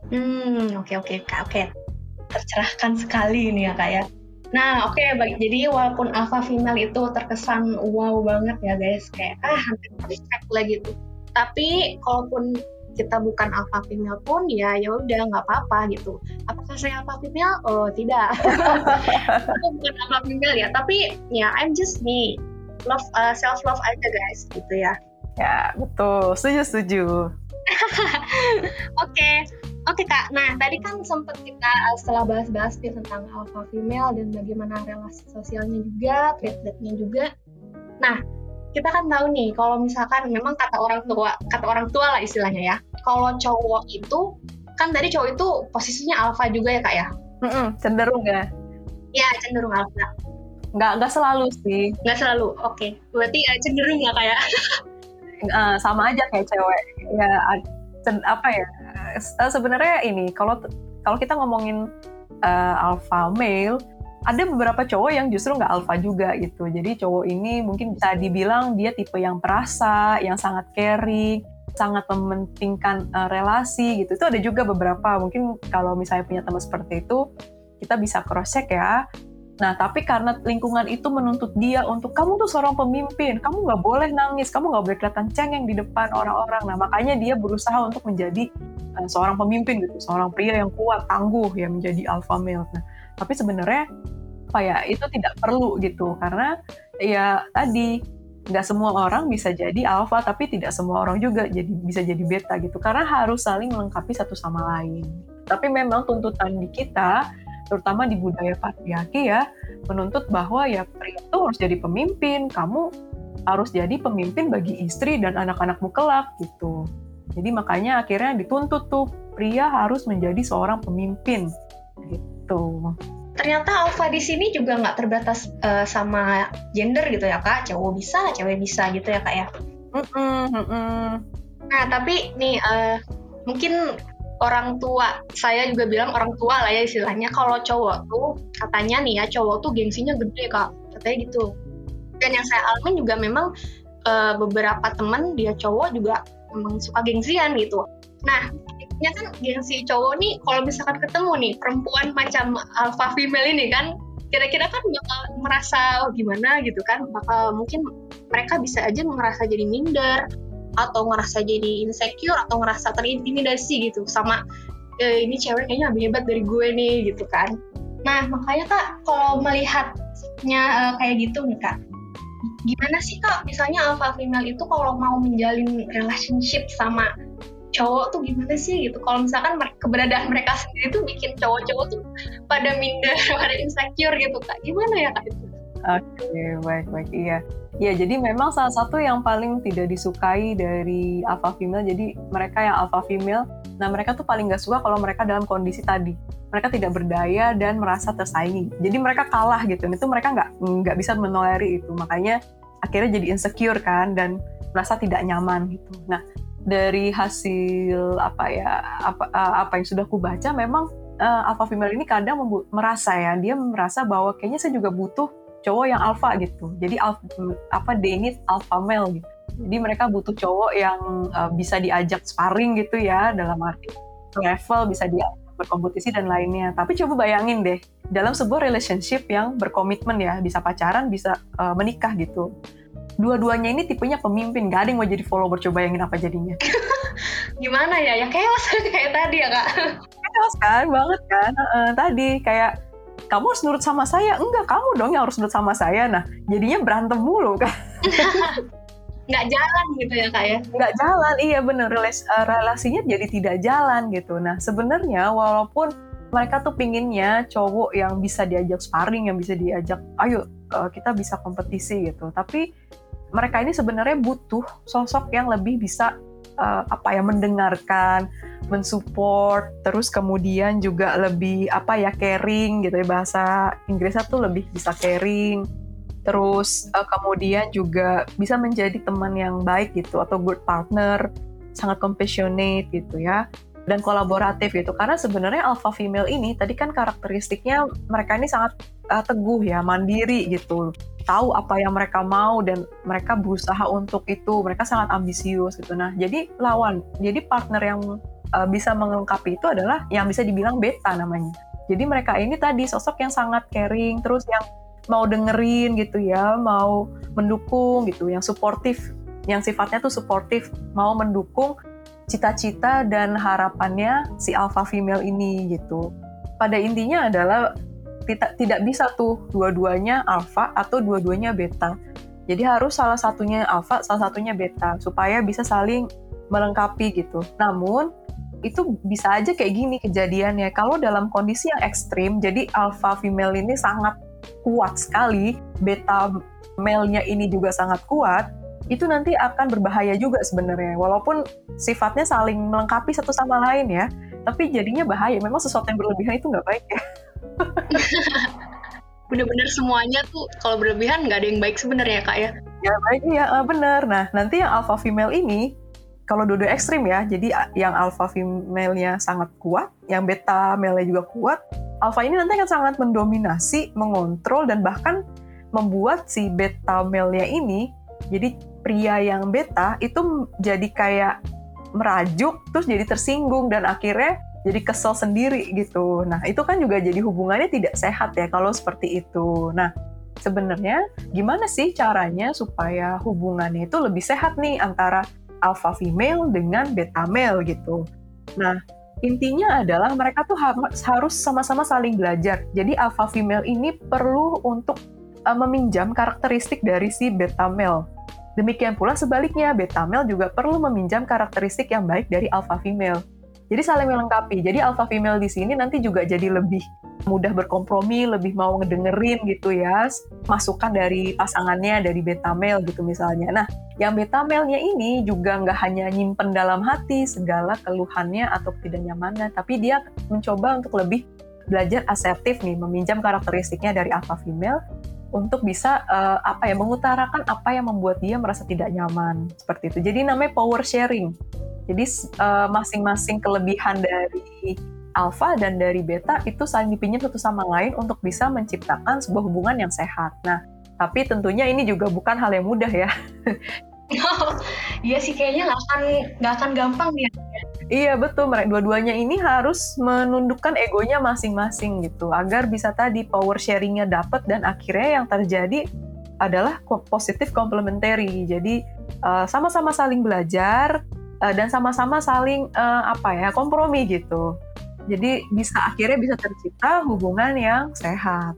Hmm, oke oke Kak, oke. Tercerahkan sekali ini ya Kak ya. Nah, oke, okay, jadi walaupun alpha female itu terkesan wow banget ya guys, kayak ah hampir perfect lah gitu. Tapi kalaupun kita bukan alpha female pun ya ya udah nggak apa-apa gitu. Apakah saya alpha female? Oh tidak. Aku bukan alpha female ya, tapi ya I'm just me. Love uh, self love aja guys gitu ya. Ya, betul. Setuju-setuju. Oke, oke Kak. Nah, tadi kan sempat kita setelah bahas-bahas nih tentang alpha female dan bagaimana relasi sosialnya juga, trait-traitnya juga. Nah, kita kan tahu nih kalau misalkan memang kata orang tua, kata orang tua lah istilahnya ya. Kalau cowok itu kan tadi cowok itu posisinya alpha juga ya Kak ya? Mm-mm, cenderung ya? Ya, cenderung alpha. Nggak, nggak selalu sih. Nggak selalu, oke. Okay. Berarti uh, cenderung ya Kak ya? Uh, sama aja kayak cewek. Ya, apa ya? Uh, sebenarnya ini kalau kalau kita ngomongin uh, alpha male, ada beberapa cowok yang justru nggak alpha juga gitu. Jadi cowok ini mungkin bisa dibilang dia tipe yang perasa, yang sangat caring, sangat mementingkan uh, relasi gitu. Itu ada juga beberapa. Mungkin kalau misalnya punya teman seperti itu, kita bisa cross check ya. Nah, tapi karena lingkungan itu menuntut dia untuk kamu tuh seorang pemimpin, kamu nggak boleh nangis, kamu nggak boleh kelihatan cengeng di depan orang-orang. Nah, makanya dia berusaha untuk menjadi uh, seorang pemimpin gitu, seorang pria yang kuat, tangguh, ya menjadi alpha male. Nah, tapi sebenarnya apa ya, itu tidak perlu gitu, karena ya tadi nggak semua orang bisa jadi alpha, tapi tidak semua orang juga jadi bisa jadi beta gitu, karena harus saling melengkapi satu sama lain. Tapi memang tuntutan di kita, terutama di budaya patriarki ya, menuntut bahwa ya pria itu harus jadi pemimpin, kamu harus jadi pemimpin bagi istri dan anak-anakmu kelak gitu. Jadi makanya akhirnya dituntut tuh pria harus menjadi seorang pemimpin gitu. Ternyata alpha di sini juga nggak terbatas uh, sama gender gitu ya Kak, cowok bisa, cewek bisa gitu ya Kak ya. Mm-mm, mm-mm. Nah tapi nih uh, mungkin orang tua, saya juga bilang orang tua lah ya istilahnya, kalau cowok tuh katanya nih ya, cowok tuh gengsinya gede Kak, katanya gitu. Dan yang saya alamin juga memang uh, beberapa teman dia cowok juga memang suka gengsian gitu. Nah, ya kan gengsi cowok nih kalau misalkan ketemu nih perempuan macam alpha female ini kan, kira-kira kan bakal merasa oh, gimana gitu kan, bakal mungkin mereka bisa aja merasa jadi minder, atau ngerasa jadi insecure, atau ngerasa terintimidasi gitu sama e, ini cewek kayaknya lebih hebat dari gue nih gitu kan. Nah makanya Kak, kalau melihatnya e, kayak gitu nih Kak, gimana sih Kak misalnya alpha female itu kalau mau menjalin relationship sama cowok tuh gimana sih gitu, kalau misalkan mereka, keberadaan mereka sendiri tuh bikin cowok-cowok tuh pada minder, pada insecure gitu Kak, gimana ya Kak itu? Oke, okay, baik-baik, iya. Ya, jadi memang salah satu yang paling tidak disukai dari alpha female, jadi mereka yang alpha female, nah mereka tuh paling gak suka kalau mereka dalam kondisi tadi. Mereka tidak berdaya dan merasa tersaingi. Jadi mereka kalah gitu, itu mereka nggak nggak bisa menoleri itu. Makanya akhirnya jadi insecure kan, dan merasa tidak nyaman gitu. Nah, dari hasil apa ya, apa, apa yang sudah aku baca, memang uh, alpha female ini kadang membu- merasa ya, dia merasa bahwa kayaknya saya juga butuh cowok yang alpha gitu. Jadi alpha, apa they need alpha male gitu. Jadi mereka butuh cowok yang uh, bisa diajak sparring gitu ya, dalam arti level, bisa diajak berkompetisi dan lainnya. Tapi coba bayangin deh, dalam sebuah relationship yang berkomitmen ya, bisa pacaran, bisa uh, menikah gitu. Dua-duanya ini tipenya pemimpin, gak ada yang mau jadi follower, coba bayangin apa jadinya. Gimana ya? Ya chaos kayak tadi ya Kak. Chaos kan, banget kan. Uh, tadi kayak kamu harus nurut sama saya, enggak, kamu dong yang harus nurut sama saya. Nah, jadinya berantem mulu kan. Nggak jalan gitu ya Kak ya? Nggak jalan, iya bener, Relas, uh, relasinya jadi tidak jalan gitu. Nah, sebenarnya walaupun mereka tuh pinginnya cowok yang bisa diajak sparring, yang bisa diajak, ayo uh, kita bisa kompetisi gitu. Tapi mereka ini sebenarnya butuh sosok yang lebih bisa uh, apa ya, mendengarkan, mensupport, terus kemudian juga lebih apa ya, caring gitu ya, bahasa Inggrisnya tuh lebih bisa caring, terus uh, kemudian juga bisa menjadi teman yang baik gitu, atau good partner, sangat compassionate gitu ya, dan kolaboratif gitu. Karena sebenarnya alpha female ini tadi kan karakteristiknya mereka ini sangat uh, teguh ya, mandiri gitu, tahu apa yang mereka mau dan mereka berusaha untuk itu, mereka sangat ambisius gitu. Nah, jadi lawan, jadi partner yang uh, bisa melengkapi itu adalah yang bisa dibilang beta namanya. Jadi mereka ini tadi sosok yang sangat caring, terus yang mau dengerin gitu ya, mau mendukung gitu, yang suportif, yang sifatnya tuh suportif, mau mendukung cita-cita dan harapannya si alpha female ini gitu. Pada intinya adalah tidak tidak bisa tuh dua-duanya alpha atau dua-duanya beta. Jadi harus salah satunya alfa, salah satunya beta, supaya bisa saling melengkapi gitu. Namun, itu bisa aja kayak gini kejadiannya. Kalau dalam kondisi yang ekstrim, jadi alpha female ini sangat kuat sekali, beta male-nya ini juga sangat kuat, itu nanti akan berbahaya juga sebenarnya. Walaupun sifatnya saling melengkapi satu sama lain ya, tapi jadinya bahaya. Memang sesuatu yang berlebihan itu nggak baik ya. Bener-bener semuanya tuh kalau berlebihan nggak ada yang baik sebenarnya Kak ya. Ya baik, ya bener. Nah nanti yang alpha female ini, kalau dua-dua ekstrim ya, jadi yang alpha female-nya sangat kuat, yang beta male-nya juga kuat, alpha ini nanti akan sangat mendominasi, mengontrol, dan bahkan membuat si beta male-nya ini, jadi pria yang beta itu jadi kayak merajuk, terus jadi tersinggung, dan akhirnya jadi kesel sendiri gitu. Nah itu kan juga jadi hubungannya tidak sehat ya kalau seperti itu. Nah sebenarnya gimana sih caranya supaya hubungannya itu lebih sehat nih antara alpha female dengan beta male gitu. Nah, intinya adalah mereka tuh harus sama-sama saling belajar. Jadi alpha female ini perlu untuk uh, meminjam karakteristik dari si beta male. Demikian pula sebaliknya, beta male juga perlu meminjam karakteristik yang baik dari alpha female. Jadi saling melengkapi. Jadi alpha female di sini nanti juga jadi lebih mudah berkompromi, lebih mau ngedengerin gitu ya, masukan dari pasangannya, dari beta male gitu misalnya. Nah, yang beta male-nya ini juga nggak hanya nyimpen dalam hati segala keluhannya atau ketidaknyamanan, tapi dia mencoba untuk lebih belajar asertif nih, meminjam karakteristiknya dari alpha female untuk bisa uh, apa ya mengutarakan apa yang membuat dia merasa tidak nyaman seperti itu. Jadi namanya power sharing. Jadi uh, masing-masing kelebihan dari alpha dan dari beta itu saling dipinjam satu sama lain untuk bisa menciptakan sebuah hubungan yang sehat. Nah, tapi tentunya ini juga bukan hal yang mudah ya. Iya sih kayaknya nggak akan nggak akan gampang ya. Iya betul, mereka dua-duanya ini harus menundukkan egonya masing-masing gitu, agar bisa tadi power sharingnya dapat dan akhirnya yang terjadi adalah positif complementary. Jadi uh, sama-sama saling belajar uh, dan sama-sama saling uh, apa ya kompromi gitu. Jadi bisa akhirnya bisa tercipta hubungan yang sehat.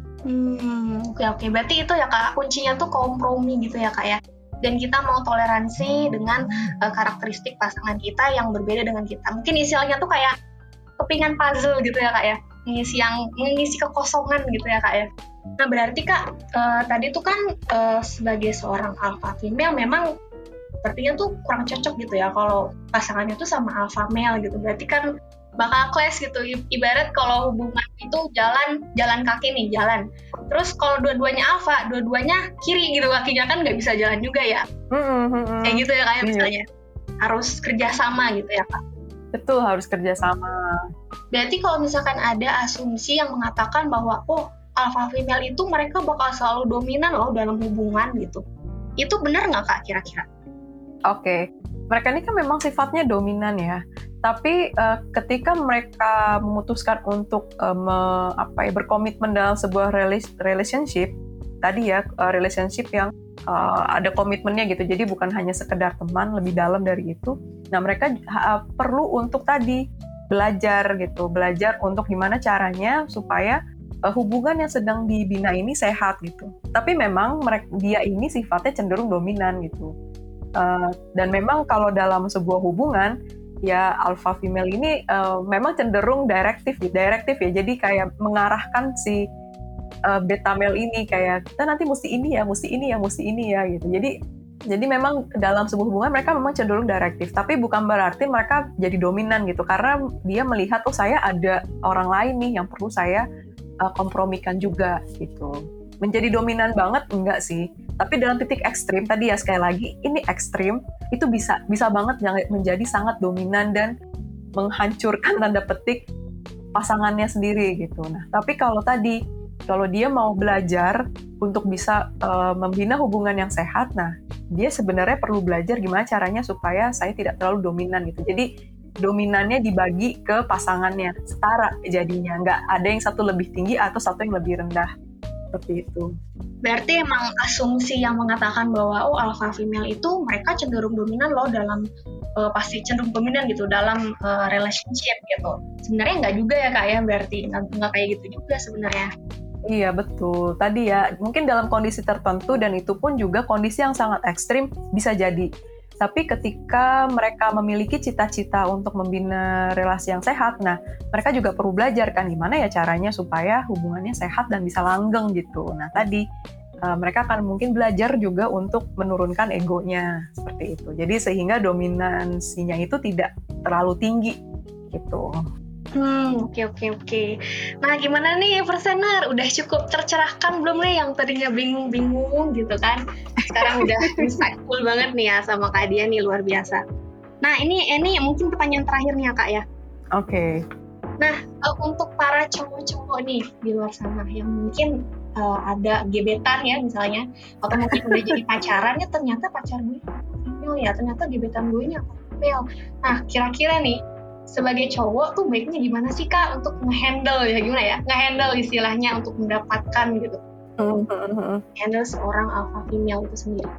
Hmm, oke oke. Berarti itu ya Kak, kuncinya tuh kompromi gitu ya Kak ya. Dan kita mau toleransi dengan uh, karakteristik pasangan kita yang berbeda dengan kita. Mungkin istilahnya tuh kayak kepingan puzzle gitu ya Kak ya. Mengisi yang mengisi kekosongan gitu ya Kak ya. Nah berarti Kak, uh, tadi tuh kan uh, sebagai seorang alpha female memang sepertinya tuh kurang cocok gitu ya kalau pasangannya tuh sama alpha male gitu. Berarti kan bakal clash gitu. Ibarat kalau hubungan itu jalan jalan kaki nih, jalan. Terus kalau dua-duanya alpha, dua-duanya kiri gitu kakinya kan nggak bisa jalan juga ya. Mm-hmm. Kayak gitu ya kayak misalnya. Harus kerjasama gitu ya Kak. Betul, harus kerjasama. Berarti kalau misalkan ada asumsi yang mengatakan bahwa oh alpha female itu mereka bakal selalu dominan loh dalam hubungan gitu. Itu benar nggak Kak kira-kira? Oke, okay. Mereka ini kan memang sifatnya dominan ya. Tapi uh, ketika mereka memutuskan untuk uh, me, apa ya, berkomitmen dalam sebuah relationship, tadi ya uh, relationship yang uh, ada komitmennya gitu, jadi bukan hanya sekedar teman, lebih dalam dari itu. Nah mereka uh, perlu untuk tadi belajar gitu, belajar untuk gimana caranya supaya uh, hubungan yang sedang dibina ini sehat gitu. Tapi memang mereka, dia ini sifatnya cenderung dominan gitu. Uh, dan memang kalau dalam sebuah hubungan ya alpha female ini uh, memang cenderung direktif, direktif ya. Jadi kayak mengarahkan si uh, beta male ini kayak kita nanti mesti ini ya, mesti ini ya, mesti ini ya gitu. Jadi jadi memang dalam sebuah hubungan mereka memang cenderung direktif. Tapi bukan berarti mereka jadi dominan gitu. Karena dia melihat oh saya ada orang lain nih yang perlu saya uh, kompromikan juga gitu. Menjadi dominan banget enggak sih, tapi dalam titik ekstrim tadi ya sekali lagi ini ekstrim itu bisa bisa banget menjadi sangat dominan dan menghancurkan tanda petik pasangannya sendiri gitu. Nah tapi kalau tadi kalau dia mau belajar untuk bisa uh, membina hubungan yang sehat, nah dia sebenarnya perlu belajar gimana caranya supaya saya tidak terlalu dominan gitu. Jadi dominannya dibagi ke pasangannya setara jadinya, nggak ada yang satu lebih tinggi atau satu yang lebih rendah. Seperti itu. Berarti emang asumsi yang mengatakan bahwa oh alpha female itu mereka cenderung dominan loh dalam uh, pasti cenderung dominan gitu dalam uh, relationship gitu. Sebenarnya nggak juga ya Kak ya, berarti nggak kayak gitu juga sebenarnya. Iya betul. Tadi ya mungkin dalam kondisi tertentu dan itu pun juga kondisi yang sangat ekstrim bisa jadi. Tapi ketika mereka memiliki cita-cita untuk membina relasi yang sehat, nah mereka juga perlu belajar kan gimana ya caranya supaya hubungannya sehat dan bisa langgeng gitu. Nah tadi uh, mereka akan mungkin belajar juga untuk menurunkan egonya seperti itu. Jadi sehingga dominansinya itu tidak terlalu tinggi gitu. Hmm, oke oke oke. Nah, gimana nih Persener? Udah cukup tercerahkan belum nih yang tadinya bingung-bingung gitu kan? Sekarang udah insightful banget nih ya sama Kak Dia nih, luar biasa. Nah, ini ini mungkin pertanyaan terakhirnya Kak ya. Oke. Okay. Nah, uh, untuk para cowok-cowok nih di luar sana yang mungkin uh, ada gebetan ya misalnya, atau mungkin udah jadi pacaran ya ternyata pacar gue female ya, ternyata gebetan gue ini apa female. Nah, kira-kira nih sebagai cowok tuh baiknya gimana sih Kak untuk nge-handle ya gimana ya? Nge-handle istilahnya untuk mendapatkan gitu. Mm-hmm. Handle seorang alpha female itu sendiri.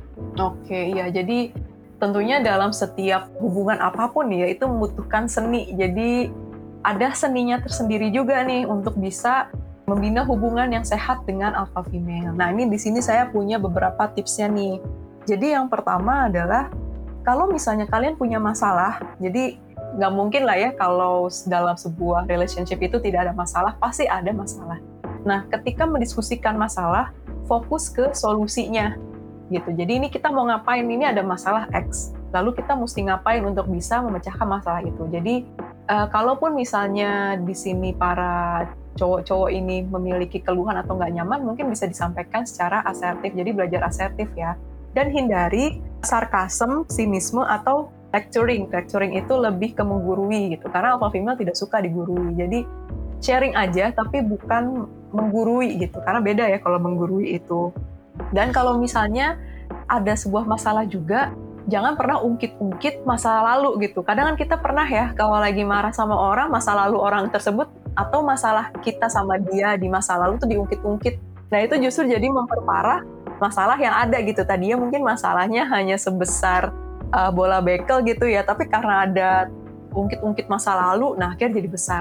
Oke, okay, iya. Jadi tentunya dalam setiap hubungan apapun ya itu membutuhkan seni. Jadi ada seninya tersendiri juga nih untuk bisa membina hubungan yang sehat dengan alpha female. Nah, ini di sini saya punya beberapa tipsnya nih. Jadi yang pertama adalah kalau misalnya kalian punya masalah, jadi nggak mungkin lah ya kalau dalam sebuah relationship itu tidak ada masalah, pasti ada masalah. Nah, ketika mendiskusikan masalah, fokus ke solusinya gitu. Jadi ini kita mau ngapain, ini ada masalah X, lalu kita mesti ngapain untuk bisa memecahkan masalah itu. Jadi uh, kalaupun misalnya di sini para cowok-cowok ini memiliki keluhan atau nggak nyaman, mungkin bisa disampaikan secara asertif, jadi belajar asertif ya. Dan hindari sarkasm, sinisme, atau lecturing. Lecturing itu lebih ke menggurui gitu, karena alpha female tidak suka digurui. Jadi sharing aja, tapi bukan menggurui gitu, karena beda ya kalau menggurui itu. Dan kalau misalnya ada sebuah masalah juga, jangan pernah ungkit-ungkit masa lalu gitu. Kadang kan kita pernah ya, kalau lagi marah sama orang, masa lalu orang tersebut, atau masalah kita sama dia di masa lalu tuh diungkit-ungkit. Nah itu justru jadi memperparah masalah yang ada gitu. Tadinya mungkin masalahnya hanya sebesar Uh, bola bekel gitu ya, tapi karena ada ungkit-ungkit masa lalu, nah akhirnya jadi besar.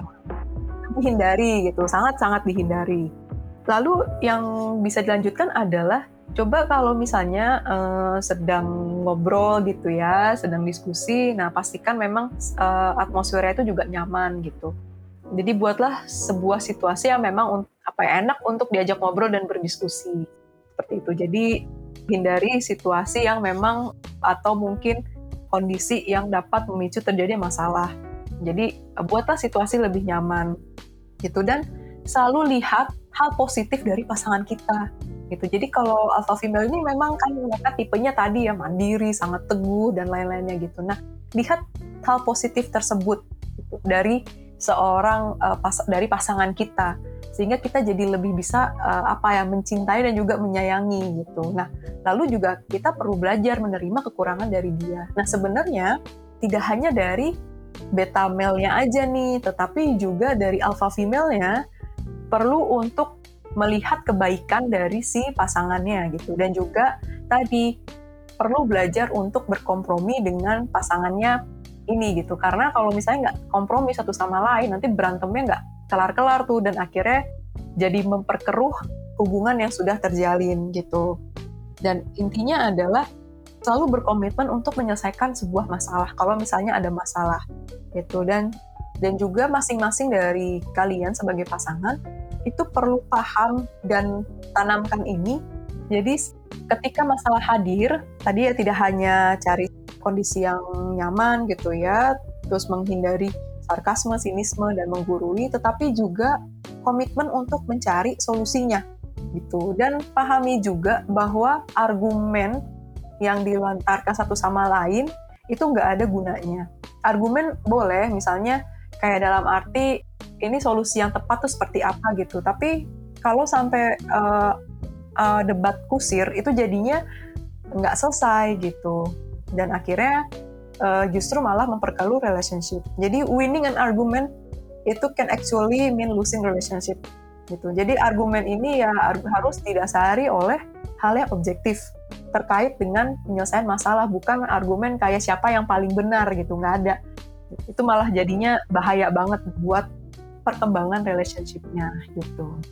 Dihindari gitu, sangat-sangat dihindari. Lalu yang bisa dilanjutkan adalah coba kalau misalnya uh, sedang ngobrol gitu ya, sedang diskusi, nah pastikan memang uh, atmosfernya itu juga nyaman gitu. Jadi buatlah sebuah situasi yang memang apa ya, enak untuk diajak ngobrol dan berdiskusi seperti itu. Jadi hindari situasi yang memang atau mungkin kondisi yang dapat memicu terjadi masalah. Jadi buatlah situasi lebih nyaman gitu, dan selalu lihat hal positif dari pasangan kita gitu. Jadi kalau alpha female ini memang kan mereka tipenya tadi ya mandiri, sangat teguh dan lain-lainnya gitu. Nah, lihat hal positif tersebut gitu, dari seorang uh, pas, dari pasangan kita, sehingga kita jadi lebih bisa uh, apa ya mencintai dan juga menyayangi gitu. Nah, lalu juga kita perlu belajar menerima kekurangan dari dia. Nah, sebenarnya tidak hanya dari beta male-nya aja nih, tetapi juga dari alpha female-nya perlu untuk melihat kebaikan dari si pasangannya gitu. Dan juga tadi perlu belajar untuk berkompromi dengan pasangannya ini gitu. Karena kalau misalnya nggak kompromi satu sama lain, nanti berantemnya nggak kelar-kelar tuh, dan akhirnya jadi memperkeruh hubungan yang sudah terjalin gitu. Dan intinya adalah selalu berkomitmen untuk menyelesaikan sebuah masalah kalau misalnya ada masalah gitu. Dan dan juga masing-masing dari kalian sebagai pasangan itu perlu paham dan tanamkan ini. Jadi ketika masalah hadir, tadi ya tidak hanya cari kondisi yang nyaman gitu ya, terus menghindari sarkasme, sinisme, dan menggurui, tetapi juga komitmen untuk mencari solusinya gitu. Dan pahami juga bahwa argumen yang dilontarkan satu sama lain itu nggak ada gunanya. Argumen boleh, misalnya kayak dalam arti ini solusi yang tepat tuh seperti apa gitu, tapi kalau sampai uh, uh, debat kusir itu jadinya nggak selesai gitu, dan akhirnya Uh, justru malah memperkeruh relationship. Jadi winning an argument itu can actually mean losing relationship gitu. Jadi argumen ini ya harus didasari oleh hal yang objektif terkait dengan penyelesaian masalah, bukan argumen kayak siapa yang paling benar gitu, nggak ada. Itu malah jadinya bahaya banget buat perkembangan relationship-nya gitu.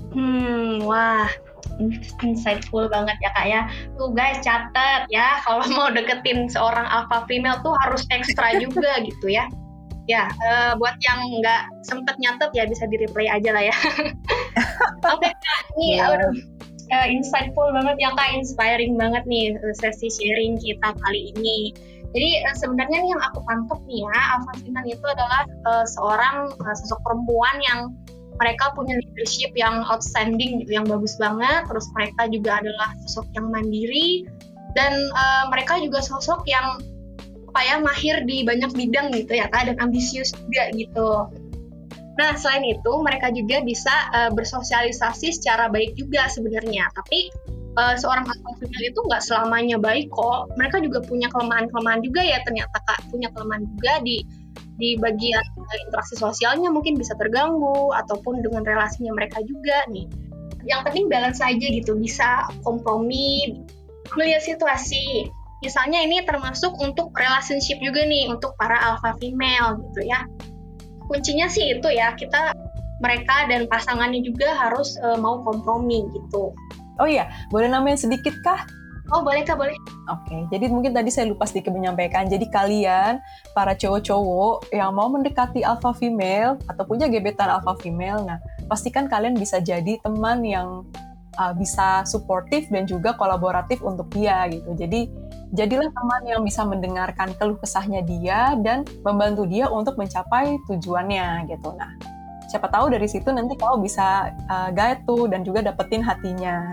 Hmm, wah, insightful banget ya Kak ya. Tuh guys, catat ya, kalau mau deketin seorang alpha female tuh harus ekstra juga gitu ya. Ya, uh, buat yang nggak sempet nyatet ya bisa di-replay aja lah ya. Oke Kak, nih Yeah. aduh, uh, insightful banget ya Kak, inspiring banget nih sesi sharing kita kali ini. Jadi uh, sebenarnya nih yang aku tangkap nih ya, alpha female itu adalah uh, seorang uh, sosok perempuan yang mereka punya leadership yang outstanding gitu, yang bagus banget. Terus mereka juga adalah sosok yang mandiri dan uh, mereka juga sosok yang apa ya, mahir di banyak bidang gitu ya Kak, dan ambisius juga gitu. Nah, selain itu mereka juga bisa uh, bersosialisasi secara baik juga sebenarnya. Tapi uh, seorang alpha female itu nggak selamanya baik kok. Mereka juga punya kelemahan-kelemahan juga ya ternyata Kak, punya kelemahan juga di di bagian uh, interaksi sosialnya mungkin bisa terganggu ataupun dengan relasinya mereka juga nih. Yang penting balance aja gitu, bisa kompromi, melihat situasi. Misalnya ini termasuk untuk relationship juga nih untuk para alpha female gitu ya. Kuncinya sih itu ya, kita mereka dan pasangannya juga harus uh, mau kompromi gitu. Oh iya, boleh namain sedikit kah? Oh boleh Kak, boleh. Oke, okay, jadi mungkin tadi saya lupa sedikit menyampaikan. Jadi kalian, para cowok-cowok yang mau mendekati alpha female atau punya gebetan alpha female, nah pastikan kalian bisa jadi teman yang uh, bisa suportif dan juga kolaboratif untuk dia gitu. Jadi jadilah teman yang bisa mendengarkan keluh kesahnya dia dan membantu dia untuk mencapai tujuannya gitu. Nah, siapa tahu dari situ nanti kau bisa uh, guide tuh dan juga dapetin hatinya.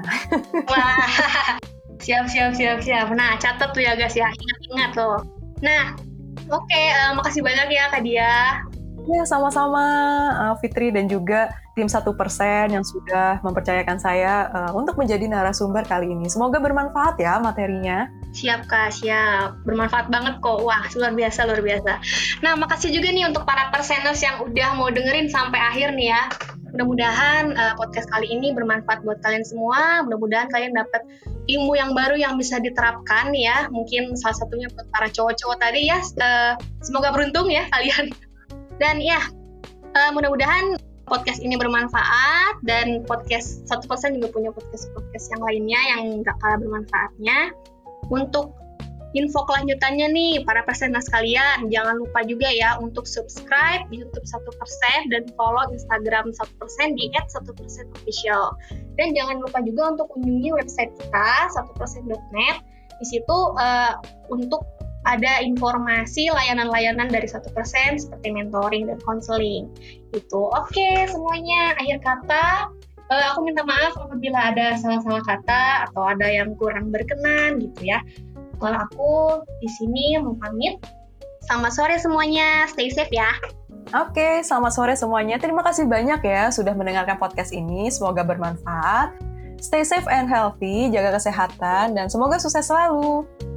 Wah. Siap, siap, siap, siap. Nah, catat tuh ya guys ya, ingat-ingat loh. Nah, oke, okay, uh, makasih banyak ya Kak Dia. Ya, sama-sama uh, Fitri dan juga tim satu persen yang sudah mempercayakan saya uh, untuk menjadi narasumber kali ini. Semoga bermanfaat ya materinya. Siap Kak, siap. Bermanfaat banget kok. Wah, luar biasa, luar biasa. Nah, makasih juga nih untuk para perseners yang udah mau dengerin sampai akhir nih ya. Mudah-mudahan uh, podcast kali ini bermanfaat buat kalian semua. Mudah-mudahan kalian dapat ilmu yang baru yang bisa diterapkan ya. Mungkin salah satunya buat para cowok-cowok tadi ya. Uh, semoga beruntung ya kalian. Dan ya, uh, mudah-mudahan podcast ini bermanfaat. Dan podcast satu persen juga punya podcast-podcast yang lainnya yang gak kalah bermanfaatnya. Untuk info kelanjutannya nih, para perseners kalian, jangan lupa juga ya untuk subscribe di YouTube satu persen dan follow Instagram satu persen di et satu persen official. Dan jangan lupa juga untuk kunjungi website kita satu persen dot net. Di situ uh, untuk ada informasi layanan-layanan dari satu persen seperti mentoring dan konseling. Itu oke semuanya. Akhir kata, uh, aku minta maaf apabila ada salah-salah kata atau ada yang kurang berkenan gitu ya. Kalau aku di sini mau pamit. Selamat sore semuanya, stay safe ya. Oke, selamat sore semuanya. Terima kasih banyak ya sudah mendengarkan podcast ini. Semoga bermanfaat. Stay safe and healthy, jaga kesehatan, dan semoga sukses selalu.